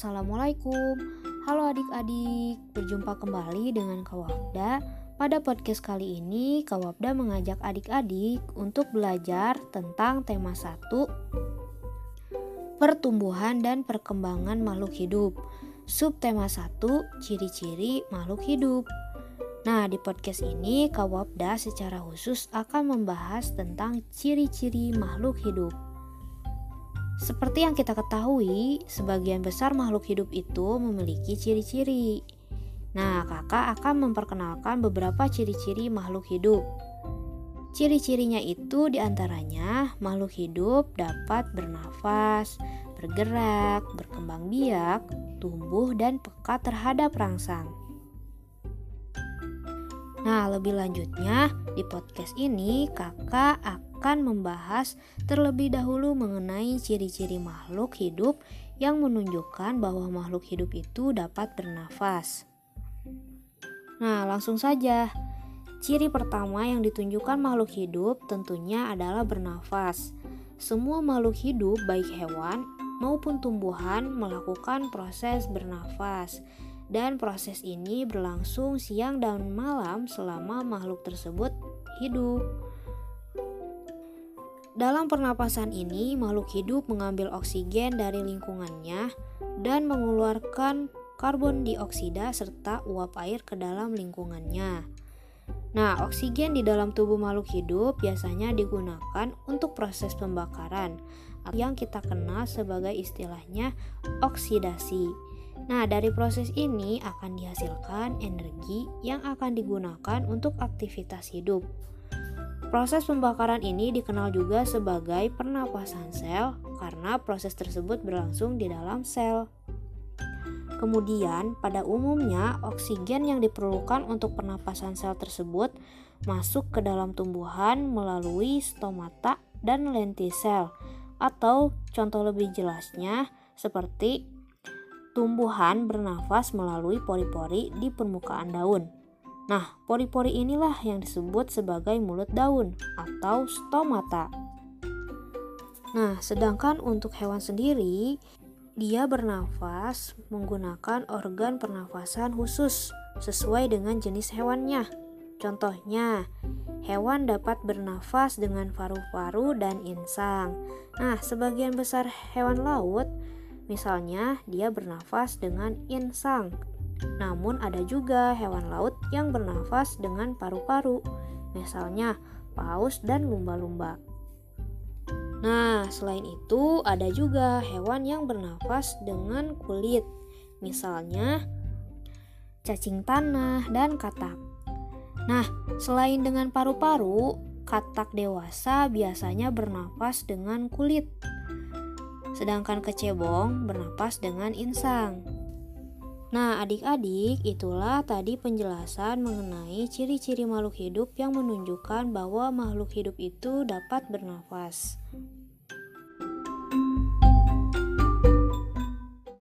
Assalamualaikum. Halo adik-adik, berjumpa kembali dengan Kak Wafda. Pada podcast kali ini, Kak Wafda mengajak adik-adik untuk belajar tentang tema 1, pertumbuhan dan perkembangan makhluk hidup. Subtema 1, ciri-ciri makhluk hidup. Nah, di podcast ini Kak Wafda secara khusus akan membahas tentang ciri-ciri makhluk hidup. Seperti yang kita ketahui, sebagian besar makhluk hidup itu memiliki ciri-ciri. Nah, kakak akan memperkenalkan beberapa ciri-ciri makhluk hidup. Ciri-cirinya itu diantaranya makhluk hidup dapat bernafas, bergerak, berkembang biak, tumbuh, dan peka terhadap rangsang. Nah, lebih lanjutnya, di podcast ini kakak akan membahas terlebih dahulu mengenai ciri-ciri makhluk hidup yang menunjukkan bahwa makhluk hidup itu dapat bernafas. Nah, langsung saja. Ciri pertama yang ditunjukkan makhluk hidup tentunya adalah bernafas. Semua makhluk hidup, baik hewan maupun tumbuhan, melakukan proses bernafas. Dan proses ini berlangsung siang dan malam selama makhluk tersebut hidup. Dalam pernapasan ini, makhluk hidup mengambil oksigen dari lingkungannya dan mengeluarkan karbon dioksida serta uap air ke dalam lingkungannya. Nah, oksigen di dalam tubuh makhluk hidup biasanya digunakan untuk proses pembakaran yang kita kenal sebagai istilahnya oksidasi. Nah, dari proses ini akan dihasilkan energi yang akan digunakan untuk aktivitas hidup. Proses pembakaran ini dikenal juga sebagai pernapasan sel karena proses tersebut berlangsung di dalam sel. Kemudian, pada umumnya oksigen yang diperlukan untuk pernapasan sel tersebut masuk ke dalam tumbuhan melalui stomata dan lentisel, atau contoh lebih jelasnya seperti tumbuhan bernafas melalui pori-pori di permukaan daun. Nah, pori-pori inilah yang disebut sebagai mulut daun atau stomata. Nah, sedangkan untuk hewan sendiri, dia bernafas menggunakan organ pernafasan khusus sesuai dengan jenis hewannya. Contohnya, hewan dapat bernafas dengan paru-paru dan insang. Nah, sebagian besar hewan laut misalnya dia bernafas dengan insang. Namun ada juga hewan laut yang bernafas dengan paru-paru. Misalnya paus dan lumba-lumba. Nah, selain itu ada juga hewan yang bernafas dengan kulit. Misalnya cacing tanah dan katak. Nah, selain dengan paru-paru, katak dewasa biasanya bernafas dengan kulit. Sedangkan kecebong bernapas dengan insang. Nah, adik-adik, itulah tadi penjelasan mengenai ciri-ciri makhluk hidup yang menunjukkan bahwa makhluk hidup itu dapat bernafas.